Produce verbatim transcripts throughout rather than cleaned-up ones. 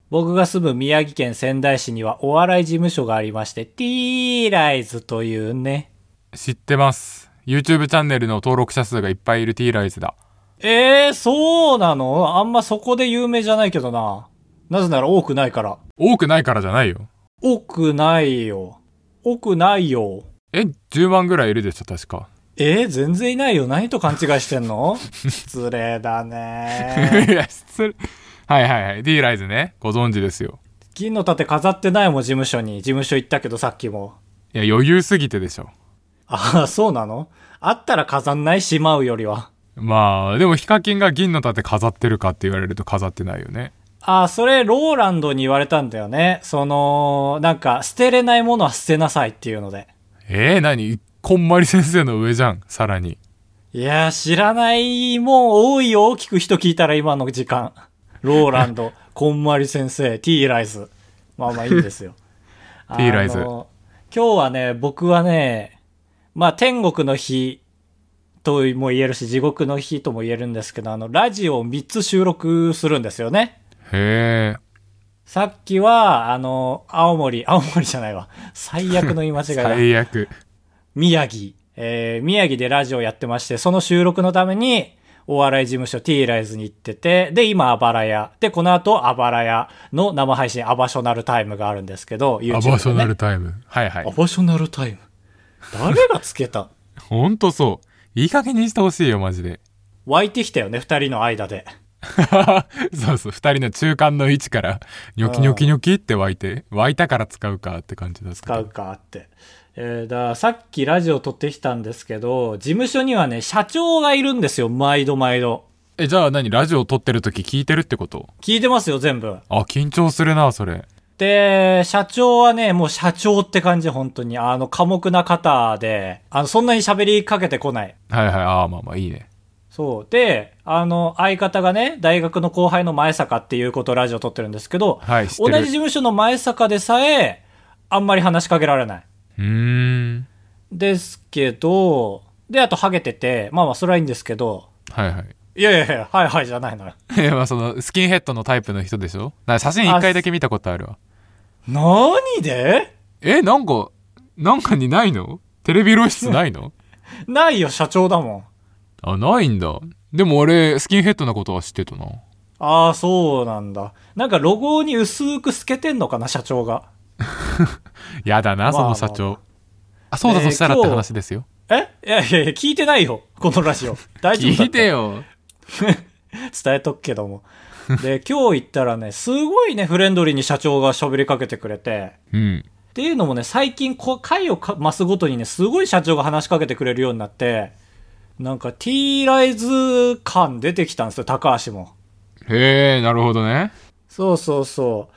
僕が住む宮城県仙台市にはお笑い事務所がありまして、ティーライズというね。 知ってます。YouTube チャンネルの登録者数がいっぱいいるティーライズだ。 えー、そうなの？あんまそこで有名じゃないけどな。なぜなら多くないから。 多くないからじゃないよ。 多くないよ。多くないよ。 え、じゅうまんぐらいいるでしょ、確か。 えー、全然いないよ。何と勘違いしてんの？失礼だね。 いや、失礼。はいはいはい。ティーライズね。ご存知ですよ。 銀の盾飾ってないもん、事務所に。事務所行ったけどさっきも。 いや、余裕すぎてでしょ。 ああ、そうなの？あったら飾んない？しまうよりは。 まあ、でもヒカキンが銀の盾飾ってるかって言われると飾ってないよね。 ああ、それローランドに言われたんだよね。その、なんか捨てれないものは捨てなさいっていうので。 えー、何？こんまり先生の上じゃん、さらに。 いやー、知らないもん多いよ。聞く人聞いたら今の時間。ローランド、こんまり先生、ティーライズ。まあまあいいんですよ。 ティーライズ。 今日はね、僕はね、まあ天国の日とも言えるし、地獄の日とも言えるんですけど、あの、ラジオをみっつ収録するんですよね。 へー。 さっきは、あの、青森、青森じゃないわ。最悪の言い間違いだ。 最悪。 宮城。えー、宮城でラジオやってまして、その収録のために、お笑い事務所 T ライズに行ってて、で、今、あばらや。で、この後、あばらやの生配信、アバショナルタイムがあるんですけど、YouTube で、ね。 アバショナルタイム。はいはい。 アバショナルタイム。誰がつけた？ ほんとそう。いい加減にしてほしいよ、マジで。 湧いてきたよね、二人の間で。 そうそう、二人の中間の位置から、ニョキニョキニョキって湧いて、湧いたから使うかって感じだった。 使うかって。えー、だからさっきラジオ撮ってきたんですけど、事務所にはね、社長がいるんですよ、毎度毎度。 え、じゃあ何？ラジオ撮ってる時聞いてるってこと？ 聞いてますよ、全部。 あ、緊張するな、それ。 で、社長はね、もう社長って感じ、本当に。あの、寡黙な方で、あの、そんなに喋りかけてこない。 はいはい、ああ、まあまあいいね。 そう。で、あの、相方がね、大学の後輩の前坂っていうことをラジオ撮ってるんですけど、 はい、知ってる。 同じ事務所の前坂でさえ、あんまり話しかけられない。 うーん。 ですけど、で、あと、ハゲてて、まあまあ、それはいいんですけど、 はいはい。 いやいやいや、はいはいじゃないのよ。 いや、まあその、スキンヘッドのタイプの人でしょ？なんか写真一回だけ見たことあるわ。 何で？ え、なんか、なんかにないの？テレビ露出ないの？ ないよ、社長だもん。 あ、ないんだ。でも俺、スキンヘッドなことは知ってたな。 ああ、そうなんだ。なんかロゴに薄く透けてんのかな、社長が。 やだな、その社長。まあまあまあ、あ、そうだとしたらって話ですよ。 えいやいやいや、聞いてないよ。このラジオ。大丈夫だ。 聞いてよ。 伝えとくけども。で、今日行ったらね、すごいね、フレンドリーに社長が喋りかけてくれて。 うん。 っていうのもね、最近こ、回を増すごとにね、すごい社長が話しかけてくれるようになって、なんか T ライズ感出てきたんですよ、高橋も。 へえ、なるほどね。 そうそうそう。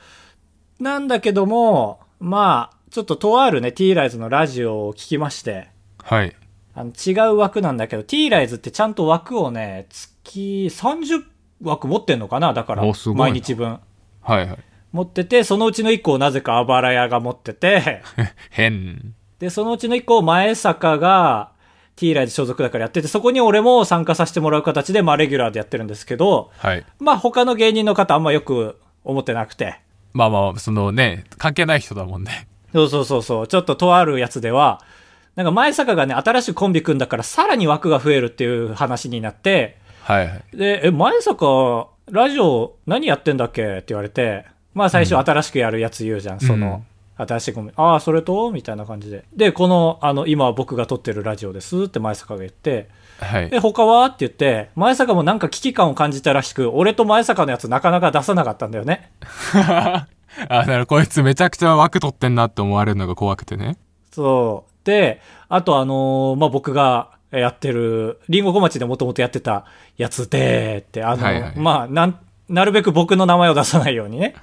なんだけども、まあ、ちょっととあるね、T ライズのラジオを聞きまして。 はい。 あの、違う枠なんだけど、T ライズってちゃんと枠をね、月さんじゅうわく持ってんのかな？だから、毎日分。 はいはい。 持ってて、そのうちのいっこをなぜかあばら屋が持ってて、 変。 で、そのうちのいっこを前坂が T ライズ所属だからやってて、そこに俺も参加させてもらう形で、まあレギュラーでやってるんですけど、 はい。 まあ他の芸人の方あんまよく思ってなくて。 まあまあ、そのね、関係ない人だもんね。 そうそうそうそう、ちょっととあるやつでは、なんか前坂がね、新しいコンビ組んだからさらに枠が増えるっていう話になって、 はいはい。 で、え、前坂、ラジオ何やってんだっけって言われて、まあ最初新しくやるやつ言うじゃん、うん、その、新しいコンビ、ああ、それとみたいな感じで。で、この、あの、今僕が撮ってるラジオですって前坂が言って、 はい。 で、他はって言って、前坂もなんか危機感を感じたらしく、俺と前坂のやつなかなか出さなかったんだよね。 あ、だからこいつめちゃくちゃ枠取ってんなって思われるのが怖くてね。 そう。で、あとあのー、まあ、僕がやってる、リンゴ小町でもともとやってたやつで、って、あの、はいはい、まあ、なん、なるべく僕の名前を出さないようにね。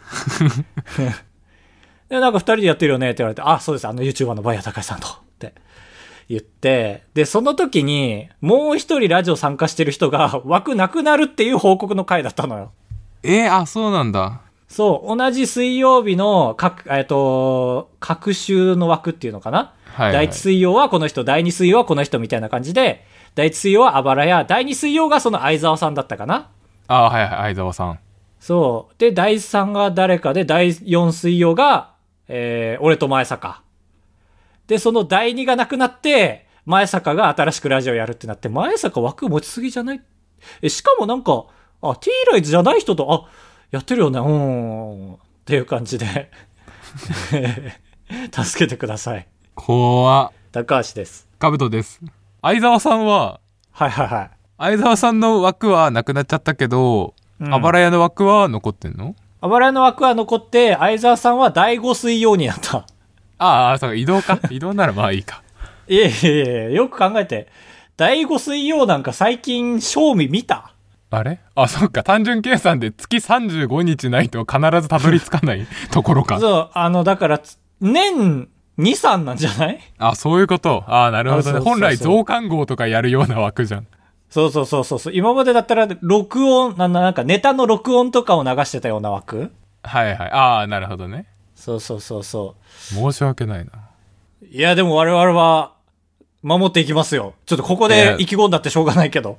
で、なんか二人でやってるよねって言われて、あ、そうです、あの YouTuber のバイヤー高橋さんと、って言って、で、その時に、もう一人ラジオ参加してる人が枠なくなるっていう報告の回だったのよ。 えー、あ、そうなんだ。 そう、同じ水曜日の各、えっと、各週の枠っていうのかな、はいはい、だいいち水曜はこの人、だいに水曜はこの人みたいな感じで、だいいち水曜はあばらや、だいに水曜がその相沢さんだったかな。 あ、はいはい、相沢さん。 そう。で、だいさんが誰かで、だいよん水曜が、えー、俺と前坂。で、そのだいにがなくなって、前坂が新しくラジオやるってなって、前坂枠持ちすぎじゃない？え、しかもなんか、あ、T ライズじゃない人と、あ、やってるよね、うーん。っていう感じで。助けてください。 怖っ。 高橋です。 かぶとです。相沢さんは、 はいはいはい。 相沢さんの枠はなくなっちゃったけど、 うん、 あばら屋の枠は残ってんの？ あばら屋の枠は残って、相沢さんはだいご水曜になった。 ああ、そうか、移動か。移動ならまあいいか。 いえいえいえ、よく考えて。だいご水曜なんか最近、賞味見た？ あれ？あ、そっか。単純計算で月さんじゅうごにちないと必ずたどり着かないところか。 そう、あの、だから、年に、さんなんじゃない？ あ、そういうこと。ああ、なるほどね。 そうそうそうそう。 本来増刊号とかやるような枠じゃん。 そうそうそうそう。今までだったら、録音、な、なんかネタの録音とかを流してたような枠？ はいはい。ああ、なるほどね。 そうそうそうそう。 申し訳ないな。 いや、でも我々は、守っていきますよ。ちょっとここで意気込んだってしょうがないけど。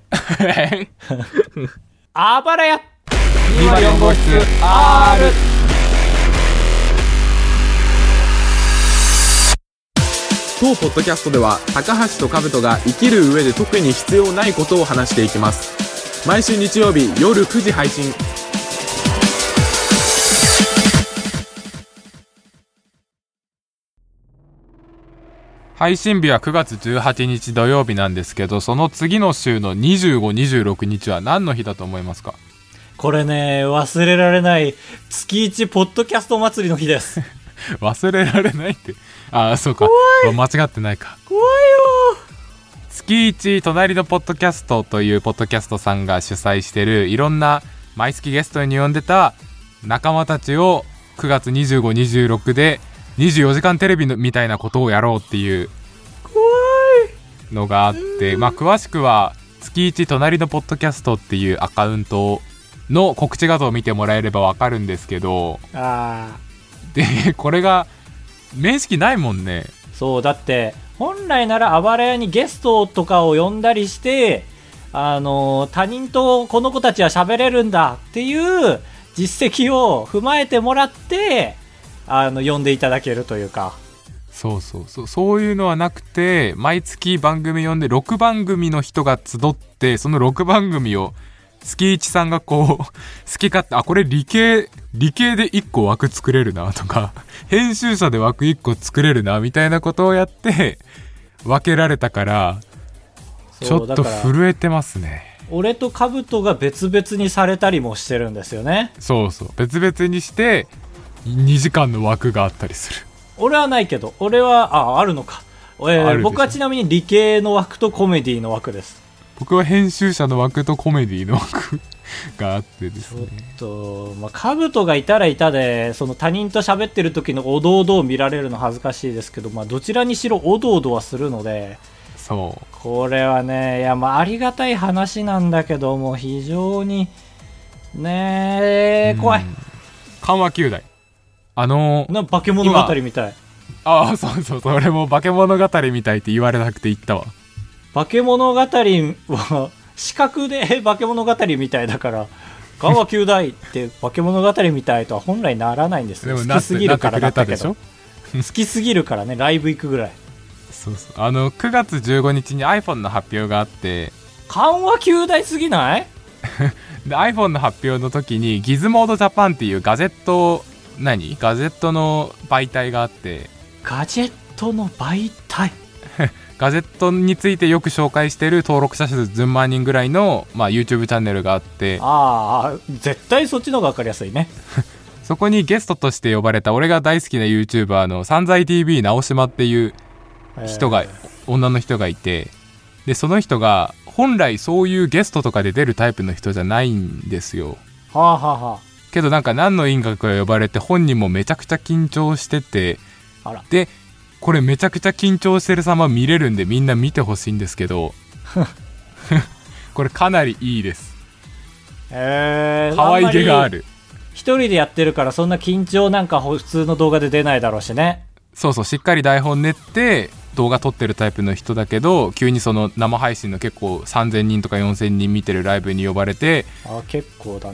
あばらやにまるよん号室 R。 当ポッドキャストでは高橋と兜が生きる上で特に必要ないことを話していきます。毎週日曜日夜くじ配信。 配信日はくがつじゅうはちにち土曜日なんですけど、その次の週のにじゅうご、にじゅうろくにちは何の日だと思いますか？ これね、忘れられない月一ポッドキャスト祭りの日です。 忘れられないって。ああ、そうか。間違ってないか。 怖いよ。 月一隣のポッドキャストというポッドキャストさんが主催してるいろんな毎月ゲストに呼んでた仲間たちをくがつにじゅうご、にじゅうろくでにじゅうよじかんテレビのみたいなことをやろうっていうのがあって、まあ詳しくは月一隣のポッドキャストっていうアカウントの告知画像を見てもらえればわかるんですけど、 あでこれが面識ないもんね。 そうだって、本来ならあばら屋にゲストとかを呼んだりして、あの他人とこの子たちは喋れるんだっていう実績を踏まえてもらって、あの呼んでいただけるというか。 そうそうそう、そういうのはなくて、毎月番組呼んでろくばん組の人が集って、そのろくばん組を月一さんがこう好き勝手、あ、これ理系理系でいっこ枠作れるなとか、編集者で枠いっこ作れるなみたいなことをやって分けられたから、ちょっと震えてますね。 俺とカブトが別々にされたりもしてるんですよね。 そうそう、別々にしてにじかんの枠があったりする。 俺はないけど、俺はああるのか、えー、僕はちなみに理系の枠とコメディの枠です。 僕は編集者の枠とコメディの枠があってですね。 ちょっと、まあ、カブトがいたらいたで、その他人と喋ってる時のおどおどを見られるの恥ずかしいですけど、まあ、どちらにしろおどおどはするので、 そう。 これはね、いや、まあ、ありがたい話なんだけども、非常に、ねー、怖い。 緩和球大。あのー、 な化け物語みたい。 ああ、そうそうそう、俺も化け物語みたいって言われなくて言ったわ。 化け物語は視覚で化け物語みたいだから、緩和球大って化け物語みたいとは本来ならないんですよ。好きすぎるからだったけど。好きすぎるからね、ライブ行くぐらい。 そうそう、あのくがつじゅうごにちに iPhone の発表があって、 緩和球大すぎない？ で iPhone の発表の時にギズモードジャパンっていうガジェット何ガジェットの媒体があって、 ガジェットの媒体ガジェットについてよく紹介してる登録者数じゅうまんにんぐらいの、まあ、YouTube チャンネルがあって、 ああ、絶対そっちの方が分かりやすいね。 そこにゲストとして呼ばれた俺が大好きな YouTuber の散財 ティーブイ 直島っていう人が、女の人がいて、でその人が本来そういうゲストとかで出るタイプの人じゃないんですよ。 はあはあはあ。 けどなんか何の因果か呼ばれて、本人もめちゃくちゃ緊張してて、 あら、 でこれめちゃくちゃ緊張してる様見れるんでみんな見てほしいんですけどこれかなりいいです。 えー、 可愛げがある。 一人でやってるからそんな緊張なんか普通の動画で出ないだろうしね。 そうそう、しっかり台本練って動画撮ってるタイプの人だけど、急にその生配信の結構さんぜんにんとかよんせんにん見てるライブに呼ばれて、 あ、結構だね。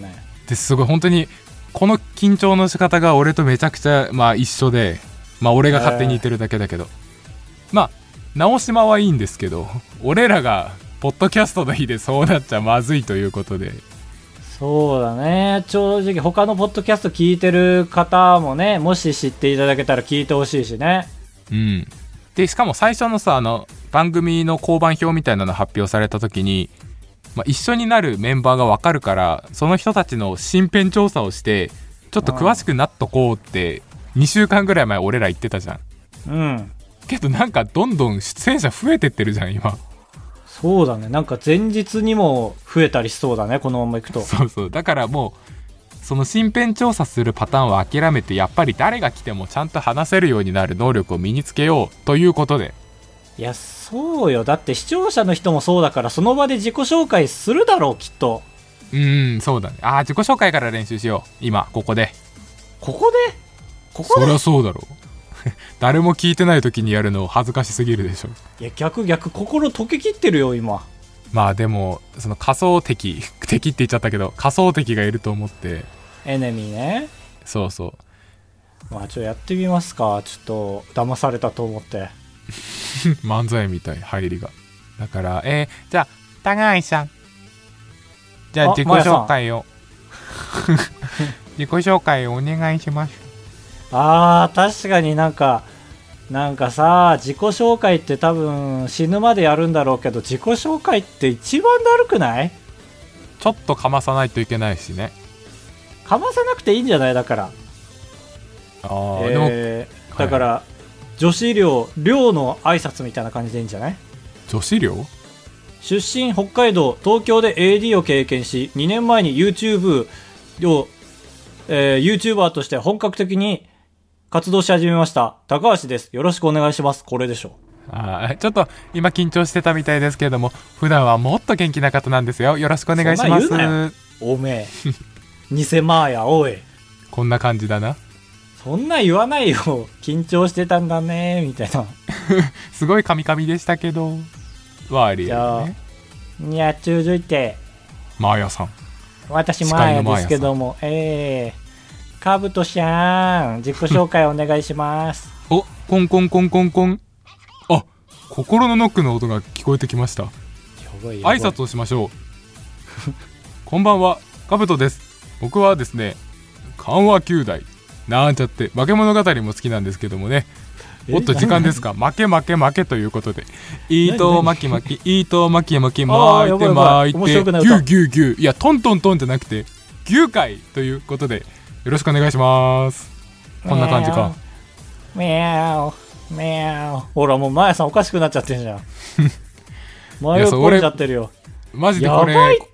ですごい本当にこの緊張の仕方が俺とめちゃくちゃまあ一緒で、まあ俺が勝手に言ってるだけだけど、まあ直島はいいんですけど、俺らがポッドキャストの日でそうなっちゃまずいということで。 そうだね、正直他のポッドキャスト聞いてる方もね、もし知っていただけたら聞いてほしいしね。 うんでしかも最初のさ、あの番組の交番表みたいなの発表された時に、まあ、一緒になるメンバーが分かるから、その人たちの身辺調査をしてちょっと詳しくなっとこうってにしゅうかんぐらい前俺ら言ってたじゃん。 うんけどなんかどんどん出演者増えてってるじゃん今。 そうだね、なんか前日にも増えたりしそうだね、このままいくと。 そうそう、だからもうその身辺調査するパターンは諦めて、やっぱり誰が来てもちゃんと話せるようになる能力を身につけようということで。 いやそうよ、だって視聴者の人もそうだから、その場で自己紹介するだろうきっと。 うーんそうだね。あー自己紹介から練習しよう今ここで。 ここでここでそりゃそうだろう誰も聞いてない時にやるの恥ずかしすぎるでしょ。 いや逆逆、心溶けきってるよ今。 まあでもその仮想敵敵って言っちゃったけど、仮想敵がいると思って。 エネミーね。 そうそうまあちょっとやってみますか。ちょっと騙されたと思って漫才みたい入りが。だからえー、じゃあ高橋さん、じゃああ自己紹介を自己紹介をお願いします。 あー確かになんかなんかさ、自己紹介って多分死ぬまでやるんだろうけど、自己紹介って一番だるくない？ ちょっとかまさないといけないしね。 かまさなくていいんじゃない？だからあー、 えー、 でもだから、はい、女子寮寮の挨拶みたいな感じでいいんじゃない？ 女子寮？ 出身北海道、東京で エーディー を経験し、にねんまえに YouTube を、えー、YouTuber として本格的に活動し始めました高橋です。よろしくお願いします。これでしょ。 あちょっと今緊張してたみたいですけれども、普段はもっと元気な方なんですよ。よろしくお願いします。 そんな言うなよおめえ偽マーやおい。 こんな感じだな。 そんな言わないよ。緊張してたんだねみたいなすごいカミカミでしたけどはありよね。 じゃあ続いてマーヤさん、 私マーヤですけども、えー、カブトちゃん自己紹介お願いしますお、コンコンコンコンコン。あ、心のノックの音が聞こえてきました。やばいやばい。 挨拶をしましょうこんばんは、カブトです。僕はですね、緩和きゅうだいなんちゃって化け物語も好きなんですけどもね。おっと時間ですか。負け負け負けということで、糸巻き巻き糸巻き巻き巻いて巻いてギューギューギュー、いやトントントンじゃなくてギュー回ということでよろしくお願いします。こんな感じか。 メャオメャオ。ほらもうマヤさんおかしくなっちゃってんじゃん迷い込んじゃってるよ。 マジでこれやばいって。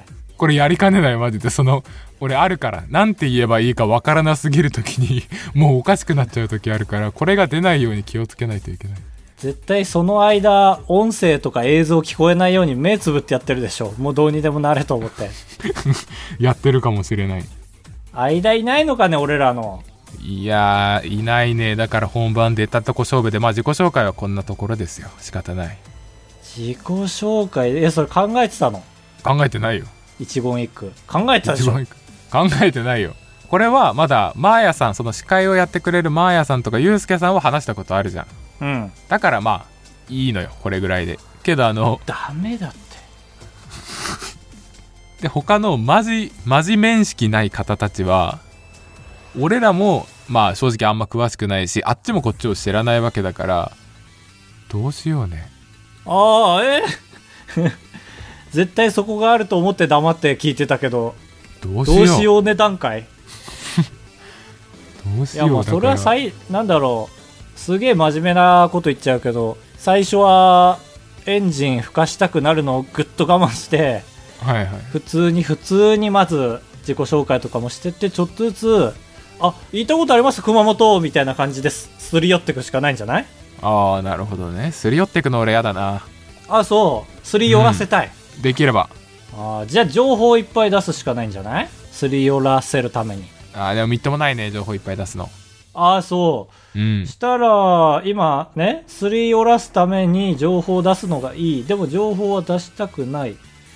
これやりかねない。マジでその俺あるから、なんて言えばいいかわからなすぎるときにもうおかしくなっちゃうときあるから、これが出ないように気をつけないといけない。 絶対その間音声とか映像聞こえないように目つぶってやってるでしょ。もうどうにでもなれと思ってやってるかもしれない。 間いないのかね俺らの。 いやーいないね。だから本番出たとこ勝負で、まあ自己紹介はこんなところですよ。仕方ない。 自己紹介えそれ考えてたの？ 考えてないよ。 一言一句考えてたでしょ。 考えてないよ。これはまだマーヤさん、その司会をやってくれるマーヤさんとかユうスケさんは話したことあるじゃん。 うん。 だからまあいいのよ、これぐらいで。けどあのダメだってで他のマジマジ面識ない方たちは俺らもまあ正直あんま詳しくないし、あっちもこっちを知らないわけだから、どうしようね。 ああえ絶対そこがあると思って黙って聞いてたけど、 どうしようどうしようね段階どうしよう。 いやもうそれは最なんだろう、すげえ真面目なこと言っちゃうけど、最初はエンジン吹かしたくなるのをぐっと我慢して、 はいはい、 普通に普通にまず自己紹介とかもしてって、ちょっとずつあ言ったことあります熊本みたいな感じですすり寄ってくしかないんじゃない？ ああなるほどね。すり寄ってくの俺やだな。 あそうすり寄らせたい、 うん、できれば。 あじゃあ情報いっぱい出すしかないんじゃない？すり寄らせるために。 あでもみっともないね、情報いっぱい出すの。 あそう、うん、したら今ねすり寄らすために情報を出すのがいい。でも情報は出したくない。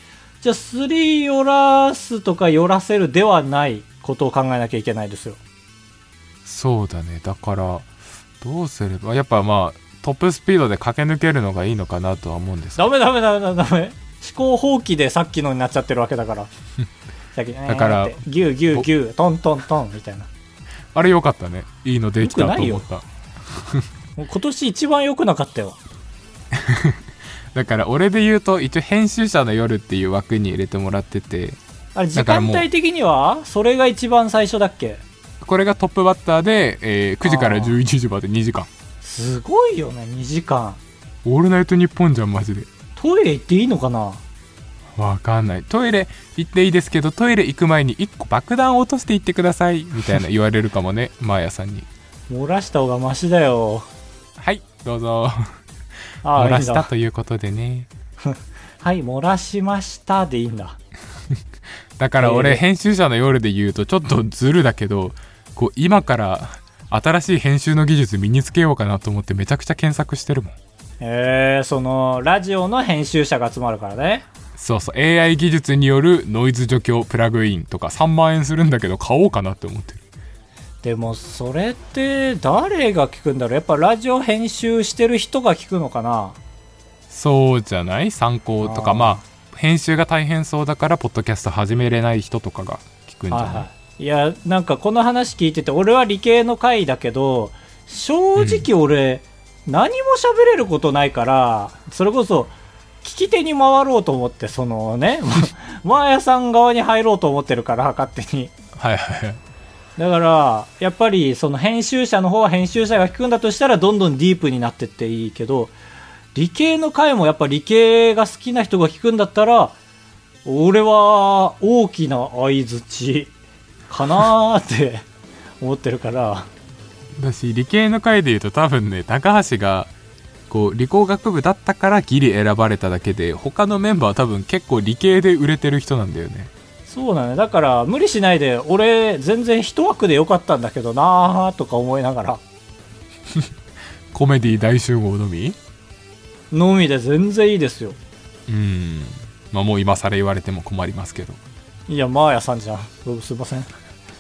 じゃあすり寄らすとか寄らせるではないことを考えなきゃいけないですよ。 そうだね。だからどうすれば、やっぱまあトップスピードで駆け抜けるのがいいのかなとは思うんですけど。 ダメダメダメダメダメ。思考放棄でさっきのになっちゃってるわけだから。 だからギューギューギュートントントンみたいな。 あれ良かったね。いいのできたと思った。 もう今年一番良くなかったよ。 だから俺で言うと一応編集者の夜っていう枠に入れてもらってて、 あれ時間帯的にはそれが一番最初だっけ？ これがトップバッターで、えー、くじからじゅういちじまでにじかん。 すごいよね。にじかん。 オールナイトニッポンじゃんマジで。 トイレ行っていいのかな？ わかんない。トイレ行っていいですけど、トイレ行く前にいっこ爆弾を落としていってくださいみたいな言われるかもね。マーヤさんに漏らした方がマシだよ。 はいどうぞ。 あ漏らしたということでね。 はい漏らしましたでいいんだ。 だから俺、えー、編集者の夜で言うとちょっとずるだけど、こう今から新しい編集の技術身につけようかなと思ってめちゃくちゃ検索してるもん。 えー、そのラジオの編集者が集まるからね。 そうそう、 エーアイ 技術によるノイズ除去プラグインとかさんまんえんするんだけど買おうかなって思ってる。 でもそれって誰が聞くんだろう。やっぱラジオ編集してる人が聞くのかな。 そうじゃない？参考とか、あまあ編集が大変そうだからポッドキャスト始めれない人とかが聞くんじゃない？はいはい、いやなんかこの話聞いてて、俺は理系の回だけど正直俺、うん、何も喋れることないから、それこそ聞き手に回ろうと思って、そのねマーヤさん側に入ろうと思ってるから勝手に。 はいはいだからやっぱりその編集者の方は編集者が聞くんだとしたらどんどんディープになってっていいけど、理系の回もやっぱ理系が好きな人が聞くんだったら俺は大きな相づちかなーって思ってるから。 だし理系の回で言うと多分ね、高橋がこう理工学部だったからギリ選ばれただけで、他のメンバーは多分結構理系で売れてる人なんだよね。 そうだね。だから無理しないで、俺全然一枠でよかったんだけどなーとか思いながらコメディ大集合のみのみで全然いいですよ。 うん、まあもう今更言われても困りますけど。 いやマーヤさんじゃん。すいません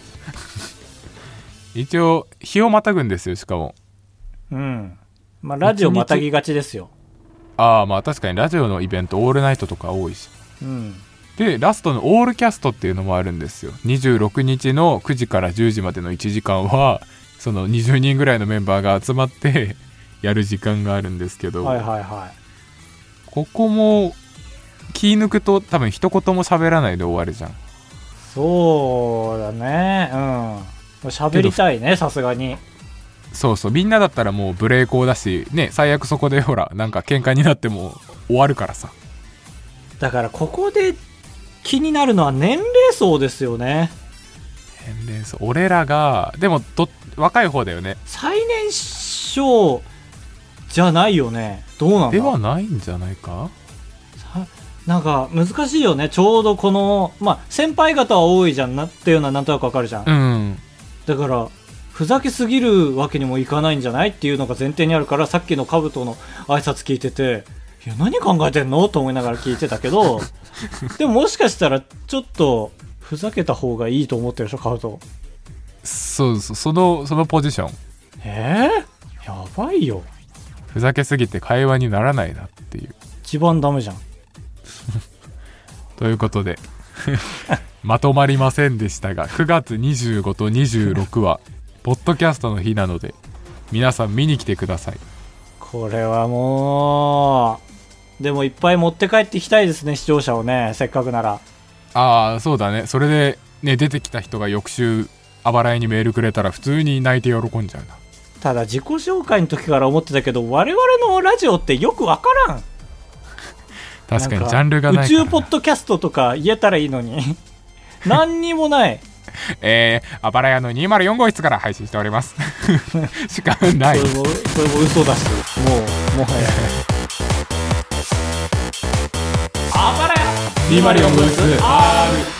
一応日をまたぐんですよ。しかもうんまあラジオまたぎがちですよ。 ああまあ確かにラジオのイベントオールナイトとか多いし、 うんでラストのオールキャストっていうのもあるんですよ。にじゅうろくにちのくじからじゅうじまでのいちじかんはそのにじゅうにんぐらいのメンバーが集まってやる時間があるんですけど、 はいはいはい、 ここも気抜くと多分一言も喋らないで終わるじゃん。 そうだね。うん喋りたいねさすがに。 そうそう、みんなだったらもうブレーコーだしね、最悪そこでほらなんか喧嘩になっても終わるからさ。 だからここで気になるのは年齢層ですよね。 年齢層、俺らがでもど若い方だよね。 最年少じゃないよね。どうなんだではないんじゃないか。 なんか難しいよね。ちょうどこのまあ先輩方は多いじゃんなっていうのはなんとなくわかるじゃん、 うん、 だからふざけすぎるわけにもいかないんじゃないっていうのが前提にあるから、さっきの兜の挨拶聞いてて、いや何考えてんのと思いながら聞いてたけどでももしかしたらちょっとふざけた方がいいと思ってるでしょ兜。 そうそう、そのそのポジション。 えー、やばいよ。 ふざけすぎて会話にならないなっていう。 一番ダメじゃんということでまとまりませんでしたが、くがつにじゅうごとにじゅうろくはポッドキャストの日なので皆さん見に来てください。 これはもうでもいっぱい持って帰ってきたいですね、視聴者をね、せっかくなら。 ああそうだね。それでね出てきた人が翌週あばらいにメールくれたら普通に泣いて喜んじゃうな。 ただ自己紹介の時から思ってたけど、我々のラジオってよくわからん。 確かにジャンルがないからな。 宇宙ポッドキャストとか言えたらいいのに何にもないえー、あばらやのにまるよん号室から配信しておりますしかない。 これもこれも嘘だし、もうもはやあばらやにまるよん号室 R。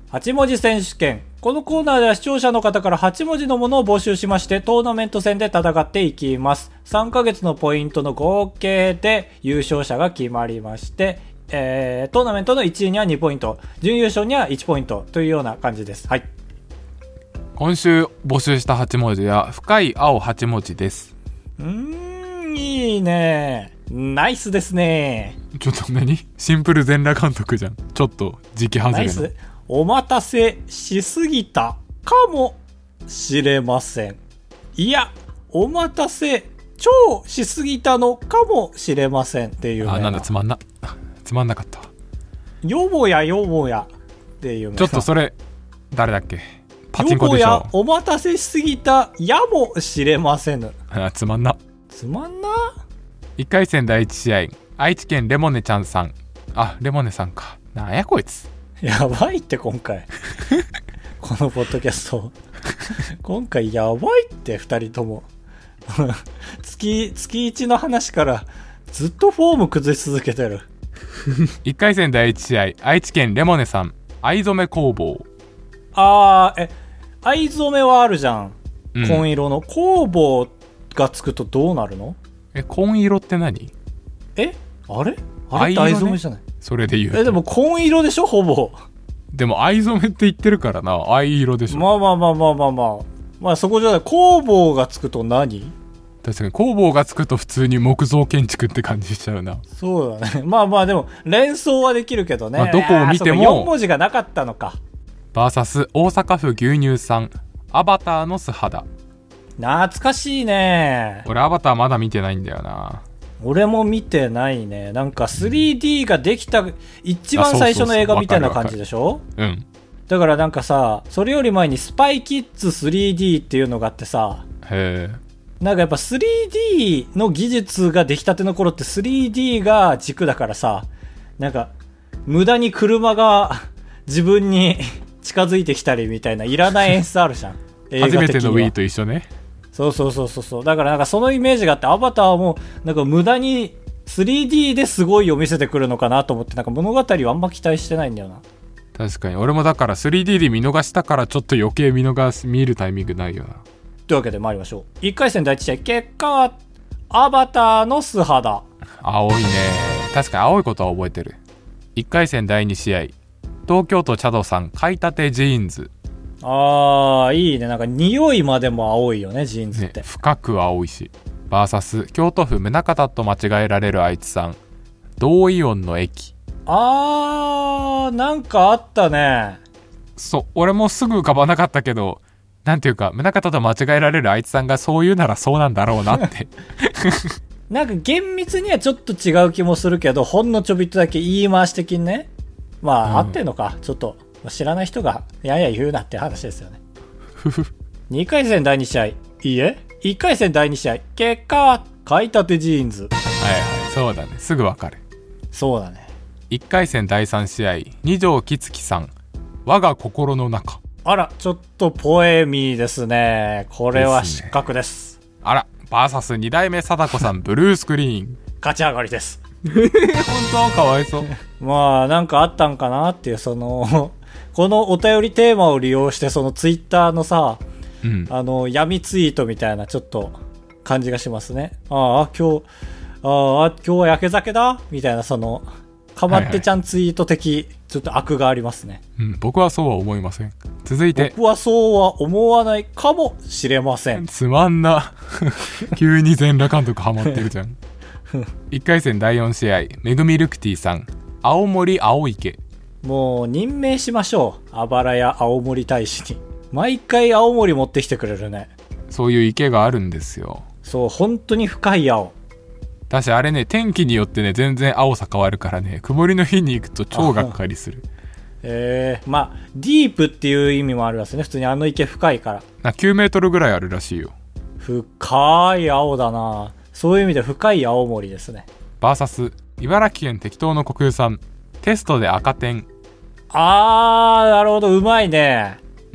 はち文字選手権。このコーナーでは視聴者の方からはち文字のものを募集しまして、トーナメント戦で戦っていきます。さんかげつのポイントの合計で優勝者が決まりまして、えー、トーナメントのいちいにはにポイント、準優勝にはいちポイントというような感じです。はい。 今週募集したはち文字は深い青はち文字です。 うーん、いいね。ナイスですね。 ちょっと何？シンプル全裸監督じゃん。ちょっと時期外れの。ナイス。 お待たせしすぎたかもしれません。いや、お待たせ超しすぎたのかもしれませんっていう。 あ、なんだつまんな。つまんなかった。 よもやよもやっていう。 ちょっとそれ誰だっけ？パチンコでしょ。 よもやお待たせしすぎたやもしれませぬ。 あ、つまんな。 つまんな。 いっかい戦だいいち試合、愛知県レモネちゃんさん。あ、レモネさんか。なんやこいつ。 やばいって今回このポッドキャスト今回やばいってふたりとも月月いちの話からずっとフォーム崩し続けてるいっかい戦だいいち試合、愛知県レモネさん、藍染め工房。 あー、え藍染めはあるじゃん、 うん、 紺色の工房がつくとどうなるの？ え、紺色って何？ えあれあれって藍染めじゃない？ それで言うと。 えでも紺色でしょほぼ。 でも藍染めって言ってるからな、藍色でしょ。 まあまあまあまあまあまあまあそこじゃない。工房がつくと何？ 確かに工房がつくと普通に木造建築って感じしちゃうな。 そうだね。まあまあでも連想はできるけどね、 まあ、どこを見てもよん文字がなかったのか。 バーサス大阪府牛乳さん、アバターの素肌。 懐かしいね。 俺アバターまだ見てないんだよな。 俺も見てないね。なんか スリーディー ができた一番最初の映画みたいな感じでしょ？ うん。 だからなんかさ、それより前にスパイキッズ スリーディー っていうのがあってさ、 へえ。 なんかやっぱ スリーディー の技術ができたての頃って スリーディー が軸だからさ、なんか無駄に車が自分に近づいてきたりみたいないらない演出あるじゃん映画的には。 初めての Wii と一緒ね。 そうそうそうそう。だからなんかそのイメージがあって、アバターもなんか無駄に スリーディー ですごいを見せてくるのかなと思って、なんか物語はあんま期待してないんだよな。 確かに俺もだから スリーディー で見逃したからちょっと余計見逃す見るタイミングないよな。 というわけで参りましょう。いっかい戦だいいち試合、結果はアバターの素肌。 青いね。確かに青いことは覚えてる。いっかい戦だいに試合、東京都チャドさん、買いたてジーンズ。 あーいいね。なんか匂いまでも青いよねジーンズって、 ね、深く青いし。バーサス京都府宗像と間違えられるあいつさん、同イオンの駅。 あーなんかあったね。 そう、俺もすぐ浮かばなかったけど、なんていうか宗像と間違えられるあいつさんがそう言うならそうなんだろうなってなんか厳密にはちょっと違う気もするけど、ほんのちょびっとだけ言い回し的にね、まあ、うん、合ってんのかちょっと知らない人がやや言うなって話ですよねにかい戦だいに試合、いいえいっかい戦だいに試合、結果は買いたてジーンズ。はいはい、そうだね、すぐわかる。 そうだね。 いっかい戦だいさん試合、二条きつきさん、我が心の中。 あら、ちょっとポエミーですね。これは失格です。ですね、 あら、バーサスに代目貞子さん、ブルースクリーン。 勝ち上がりです。 本当かわいそうまあなんかあったんかなっていう、そのこのお便りテーマを利用してそのツイッターのさ、うん、あの闇ツイートみたいなちょっと感じがしますね。ああ今日ああ今日は焼け酒だみたいな、そのかまってちゃんツイート的、はいはい、ちょっと悪がありますね。 うん、僕はそうは思いません。続いて、 僕はそうは思わないかもしれません。 つまんな急に全裸監督ハマってるじゃんいっかい戦だいよん試合、めぐみルクティさん、青森青池。 もう任命しましょう、あばらや青森大使に。毎回青森持ってきてくれるね。 そういう池があるんですよ。 そう、本当に深い青。 だしあれね、天気によってね全然青さ変わるからね、曇りの日に行くと超がっかりする。 えー、まあディープっていう意味もあるらしいね。普通にあの池深いからな。きゅうメートルぐらいあるらしいよ。 深い青だな。そういう意味で深い青森ですね。 バーサス茨城県適当の国有さん、テストで赤点。 あーなるほど、うまいね。 うん、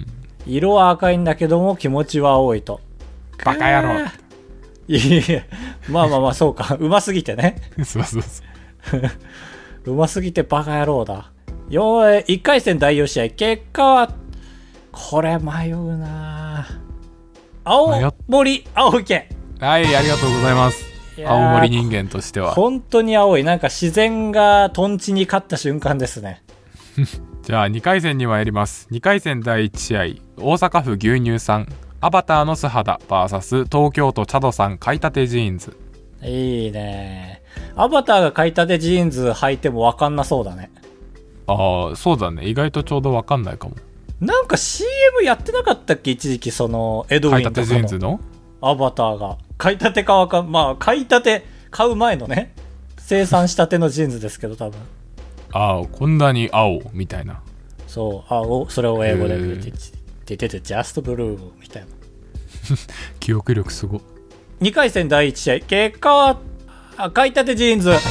色は赤いんだけども気持ちは青いと。 バカ野郎。 いやまあまあまあそうかうますぎてねそうそうそううますぎてバカ野郎だ。 よんいっかい戦だいよん試合、結果は、これ迷うな青森青池。 はい、ありがとうございます。青森人間としては。 本当に青い。なんか自然がトンチに勝った瞬間ですね。 じゃあにかい戦に参ります。にかい戦だいいち試合、大阪府牛乳さん、アバターの素肌 ブイエス 東京都チャドさん、買いたてジーンズ。 いいね。アバターが買いたてジーンズ履いても分かんなそうだね。 ああ、そうだね。意外とちょうど分かんないかも。 なんか シーエム やってなかったっけ、一時期。そのエドウィンとかの買いたてジーンズのアバターが買いたてかわかん、まあ買いたて買う前のね、生産したてのジーンズですけど、多分。 ああ、こんなに青みたいな。 そう、あおそれを英語で言ってててて、ジャストブルーみたいな。 記憶力すご。 にかい戦だいいち試合、結果はあ買いたてジーンズ。 はい。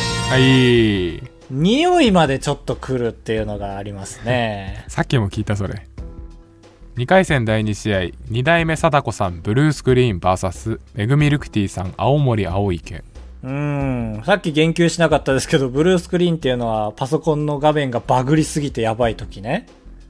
匂いまでちょっと来るっていうのがありますね。 さっきも聞いたそれ。にかい戦だいに試合、に代目貞子さんブルースクリーン ブイエス めぐみルクティさん青森青池。 うーん、さっき言及しなかったですけど、ブルースクリーンっていうのはパソコンの画面がバグりすぎてやばい時ね。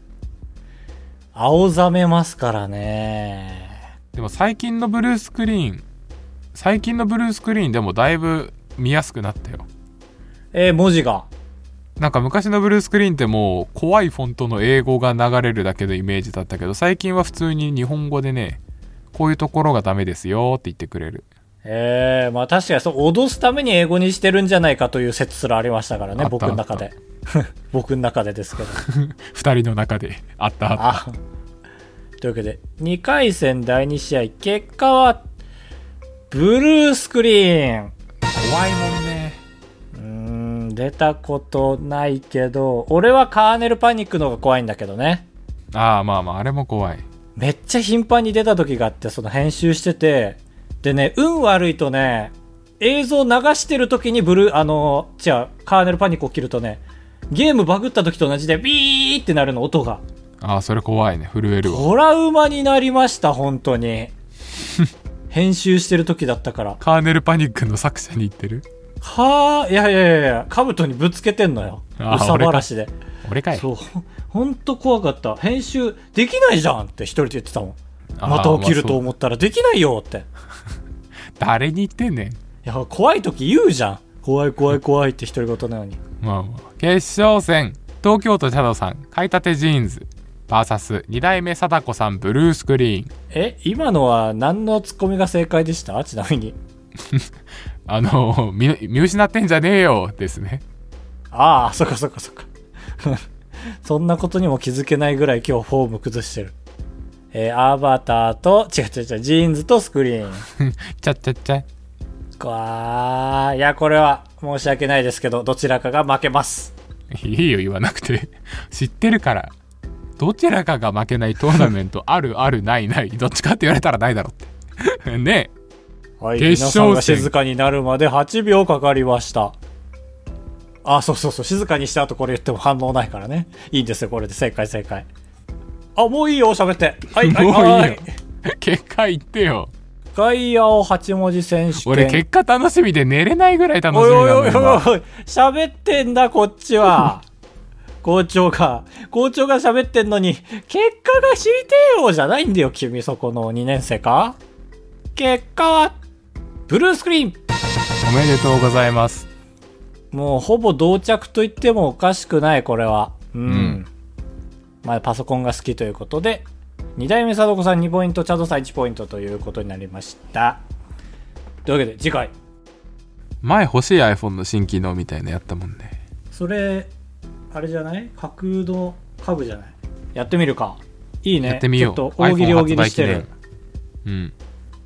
青ざめますからね。 でも最近のブルースクリーン最近のブルースクリーンでもだいぶ見やすくなったよ。 えー、文字がなんか昔のブルースクリーンってもう怖いフォントの英語が流れるだけのイメージだったけど、最近は普通に日本語でね、こういうところがダメですよって言ってくれる。 えー、まあ確かにそう、脅すために英語にしてるんじゃないかという説すらありましたからね、僕の中で。僕の中でですけど。 二人の中であったあった。 あというわけで、にかい戦だいに試合、結果は、ブルースクリーン。 怖いもんね。 うーん、出たことないけど、俺はカーネルパニックの方が怖いんだけどね。 ああ、まあまあ、あれも怖い。 めっちゃ頻繁に出た時があって、その編集してて、でね、運悪いとね、映像流してる時にブルー、あの、違う、カーネルパニック起きるとね、ゲームバグった時と同じでビーってなるの、音が。 ああ、それ怖いね。震えるわ。 トラウマになりました、本当に。編集してる時だったから。 カーネルパニックの作者に言ってる？ はぁ、いやいやいや、カブトにぶつけてんのよ。うさばらしで。 俺かい。 そう、ほんと怖かった。編集できないじゃんって一人で言ってたもん。また起きると思ったらできないよって。 誰に言ってんねん。いや、怖い時言うじゃん。怖い怖い怖いって独り言なのに。 まあまあ。決勝戦、東京都チャドさん、買いたてジーンズ、ブイエス に代目貞子さん、ブルースクリーン。 え、今のは何のツッコミが正解でした？ちなみに。 あの見、見失ってんじゃねえよですね。 ああ、そっかそっかそっか。そんなことにも気づけないぐらい今日フォーム崩してる。えー、アバターと、違う違う違う、ジーンズとスクリーン。 ちゃっちゃっちゃ。 わー、いや、これは申し訳ないですけど、どちらかが負けます。 いいよ、言わなくて。知ってるから。どちらかが負けないトーナメントあるあるないない。どっちかって言われたらないだろって。ねえ。 はい、 決勝戦。 皆さんが静かになるまではちびょうかかりました。あ、そうそうそう、静かにした後これ言っても反応ないからね。いいんですよ、これで正解正解。あ、もういいよ、喋って。はい、はい、 もういいよ。 はい。 結果言ってよ。 ガイアオはち文字選手権。 俺結果楽しみで寝れないぐらい楽しみなのよ。 おいおいおいおいおい、喋ってんだ、こっちは。校長が、校長が喋ってんのに、結果が知りてえよじゃないんだよ、君、そこのにねん生か。結果は、ブルースクリーン。 おめでとうございます。 もうほぼ同着と言ってもおかしくない、これは。うん。うん、まあ、パソコンが好きということで、に代目貞子さんにポイント、チャドさんいちポイントということになりました。というわけで、次回。 前欲しい iPhone の新機能みたいなやったもんね。 それ、あれじゃない架空の家具じゃない？やってみるか。いいね。 やってみよう。 ちょっと大喜利大喜利してる。 うん。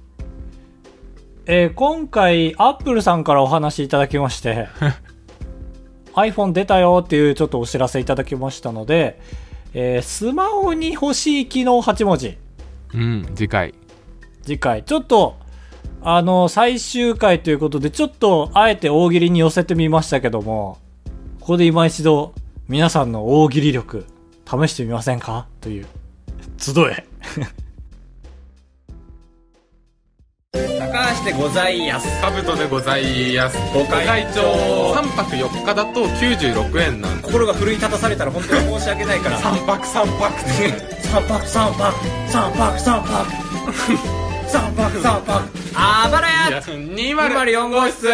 えー、今回、アップルさんからお話いただきまして、iPhone 出たよっていうちょっとお知らせいただきましたので、えー、スマホに欲しい機能はち文字。 うん、次回。 次回。ちょっと、あの、最終回ということで、ちょっと、あえて大喜利に寄せてみましたけども、ここで今一度、皆さんの大喜利力、試してみませんかという、集え。 高橋でございやす。 カブトでございやす。 ご会長さんぱくよっかだときゅうじゅうろくえんなんで、 心が奮い立たされたら本当に申し訳ないからさんぱくさんぱくさんぱくさんぱくさんぱくさんぱくさんぱくさんぱくあばらやにまるよん号室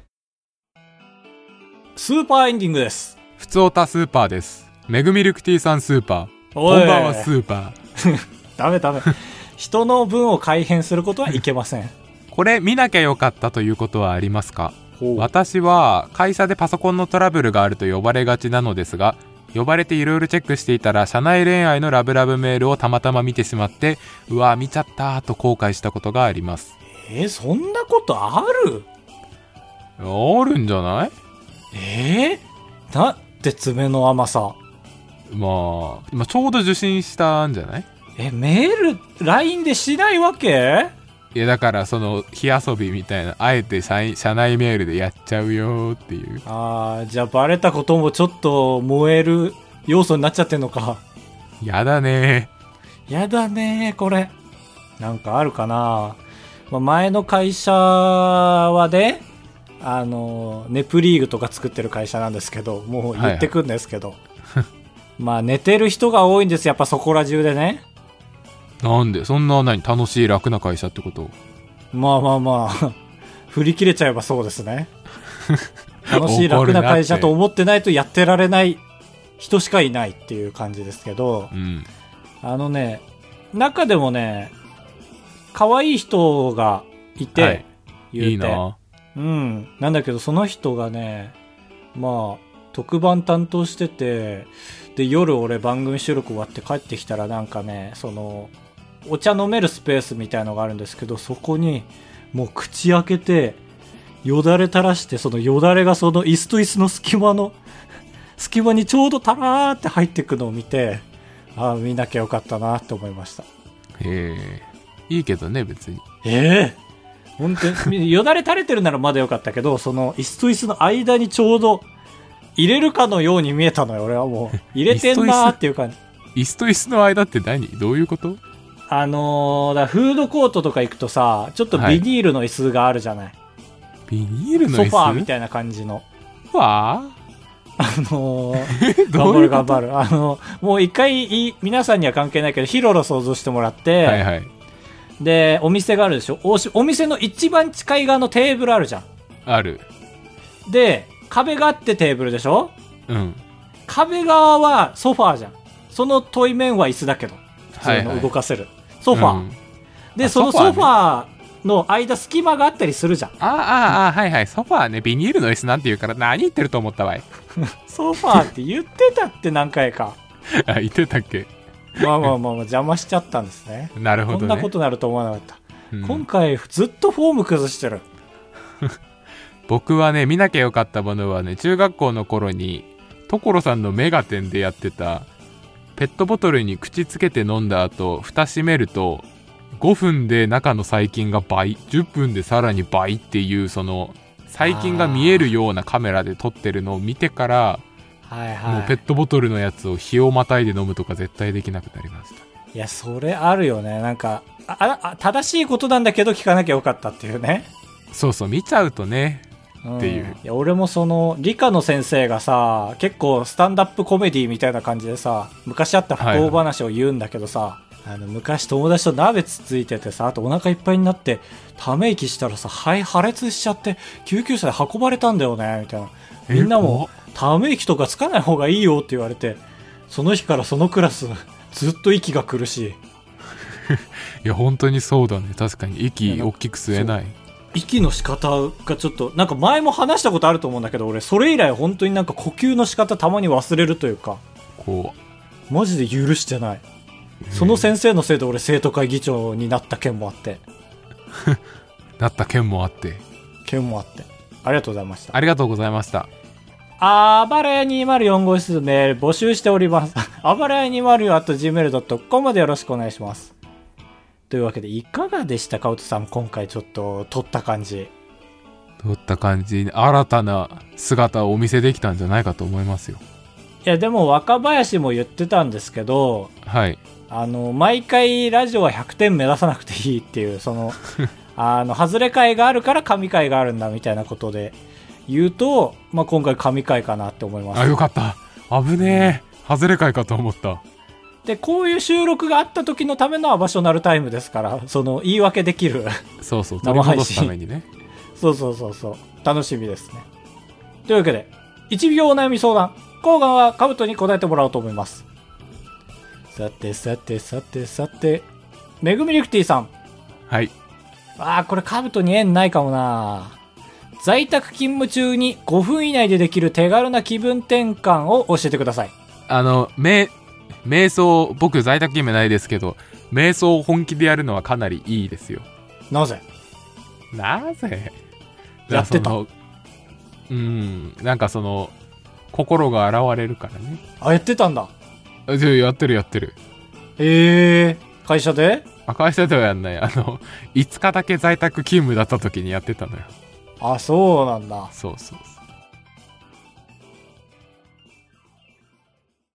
スーパーエンディングです。 ふつおたスーパーです。メグミルクティーさんスーパー、 おいこんばんはスーパーダメダメ人の分を改変することはいけませんこれ見なきゃよかったということはありますか？私は会社でパソコンのトラブルがあると呼ばれがちなのですが、呼ばれていろいろチェックしていたら社内恋愛のラブラブメールをたまたま見てしまって、うわ見ちゃったと後悔したことがあります。 えー、そんなことある？ あるんじゃない？ えー、だって爪の甘さ。 まあ、まあ、ちょうど受信したんじゃない？ え、メール ライン でしないわけ？ いやだからその火遊びみたいな、あえて社, 社内メールでやっちゃうよっていう。 あー、じゃあバレたこともちょっと燃える要素になっちゃってんのか。 やだねやだねこれ。なんかあるかな。まあ、前の会社はね、あのネプリーグとか作ってる会社なんですけど、もう言ってくんですけど、はいはい、まあ寝てる人が多いんです、やっぱそこら中でね。 なんでそんな何楽しい楽な会社ってこと？ まあまあまあ振り切れちゃえばそうですね楽しい楽な会社と思ってないとやってられない人しかいないっていう感じですけど、 うん、あのね中でもね可愛い人がいて、はい、言うていいな。うんなんだけどその人がねまあ特番担当してて、で夜俺番組収録終わって帰ってきたらなんかねそのお茶飲めるスペースみたいのがあるんですけど、そこにもう口開けてよだれ垂らして、そのよだれがその椅子と椅子の隙間の隙間にちょうどタラーって入ってくのを見て、ああ見なきゃよかったなって思いました。 へえいいけどね別に。 ええ本当によだれ垂れてるならまだよかったけど、その椅子と椅子の間にちょうど入れるかのように見えたのよ。俺はもう入れてんなーっていう感じ。 椅子と椅子の間って何？どういうこと？ あのー、だフードコートとか行くとさ、ちょっとビニールの椅子があるじゃない、はい、 ビニールの椅子？ ソファーみたいな感じの。 わああのー、頑張る頑張る。あのー、もう一回皆さんには関係ないけどヒロロ想像してもらって、 はいはい、 でお店があるでしょ。 お, お店の一番近い側のテーブルあるじゃん。 ある。 で壁があってテーブルでしょ。 うん。 壁側はソファーじゃん。その対面は椅子だけど普通の動かせる、はいはい、ソファー、うん、でそのソファーの間隙間があったりするじゃん。 あああはいはいソファーね。ビニールの椅子なんて言うから何言ってると思ったわいソファーって言ってたって何回かあ言ってたっけまあまあまあ邪魔しちゃったんですね。 なるほどね。 こんなことなると思わなかった、うん、今回ずっとフォーム崩してる僕はね見なきゃよかったものはね、中学校の頃に所さんのメガテンでやってたペットボトルに口つけて飲んだ後蓋閉めるとごふんで中の細菌が倍、じゅっぷんでさらに倍っていう、その細菌が見えるようなカメラで撮ってるのを見てから、 はいはい、 もうペットボトルのやつを日をまたいで飲むとか絶対できなくなりました。 いやそれあるよね。なんかああ正しいことなんだけど聞かなきゃよかったっていうね。 そうそう見ちゃうとねっていう、うん、いや俺もその理科の先生がさ結構スタンダップコメディみたいな感じでさ昔あった不幸話を言うんだけどさ、はいはい、あの昔友達と鍋つついててさ、あとお腹いっぱいになってため息したらさ肺破裂しちゃって救急車で運ばれたんだよねみたいな。みんなもため息とかつかない方がいいよって言われて、その日からそのクラスずっと息が苦しいいや本当にそうだね。確かに息大きく吸えない。 息の仕方がちょっとなんか前も話したことあると思うんだけど、俺それ以来本当になんか呼吸の仕方たまに忘れるというか、 こうマジで許してない。その先生のせいで俺生徒会議長になった件もあってなった件もあって件もあってありがとうございました。 ありがとうございました。 あばらやにまるよん号室メール募集しておりますあばらやにまるよ アットジーメールドットコム までよろしくお願いします。というわけでいかがでしたか、おとさん。今回ちょっと撮った感じ撮った感じ新たな姿をお見せできたんじゃないかと思いますよ。 いやでも若林も言ってたんですけど、 はい、 あの毎回ラジオはひゃくてん目指さなくていいっていう、そのあの、外れ会があるから神会があるんだみたいなことで言うと、まあ、今回神会かなって思います。 あ、よかった。危ねえ。外れ会かと思った。 で、こういう収録があった時のためのアバショナルタイムですから、その、言い訳できる。 そうそう、取り戻すためにね。 そうそうそうそう。楽しみですね。というわけで、いちびょうお悩み相談。コーガンはカブトに答えてもらおうと思います。さてさてさてさて。めぐみリフティさん。 はい。 あー、これカブトに縁ないかもな。在宅勤務中にごふん以内でできる手軽な気分転換を教えてください。 あの、め、瞑想、僕在宅勤務ないですけど、瞑想を本気でやるのはかなりいいですよ。 なぜなぜやってた。 うん、なんかその、心が現れるからね。 あ、やってたんだ。 あ、じゃあやってるやってる。 えー、会社で？ あ、会社ではやんない。あの、いつかだけ在宅勤務だった時にやってたのよ。 あ、そうなんだ。 そうそうそう。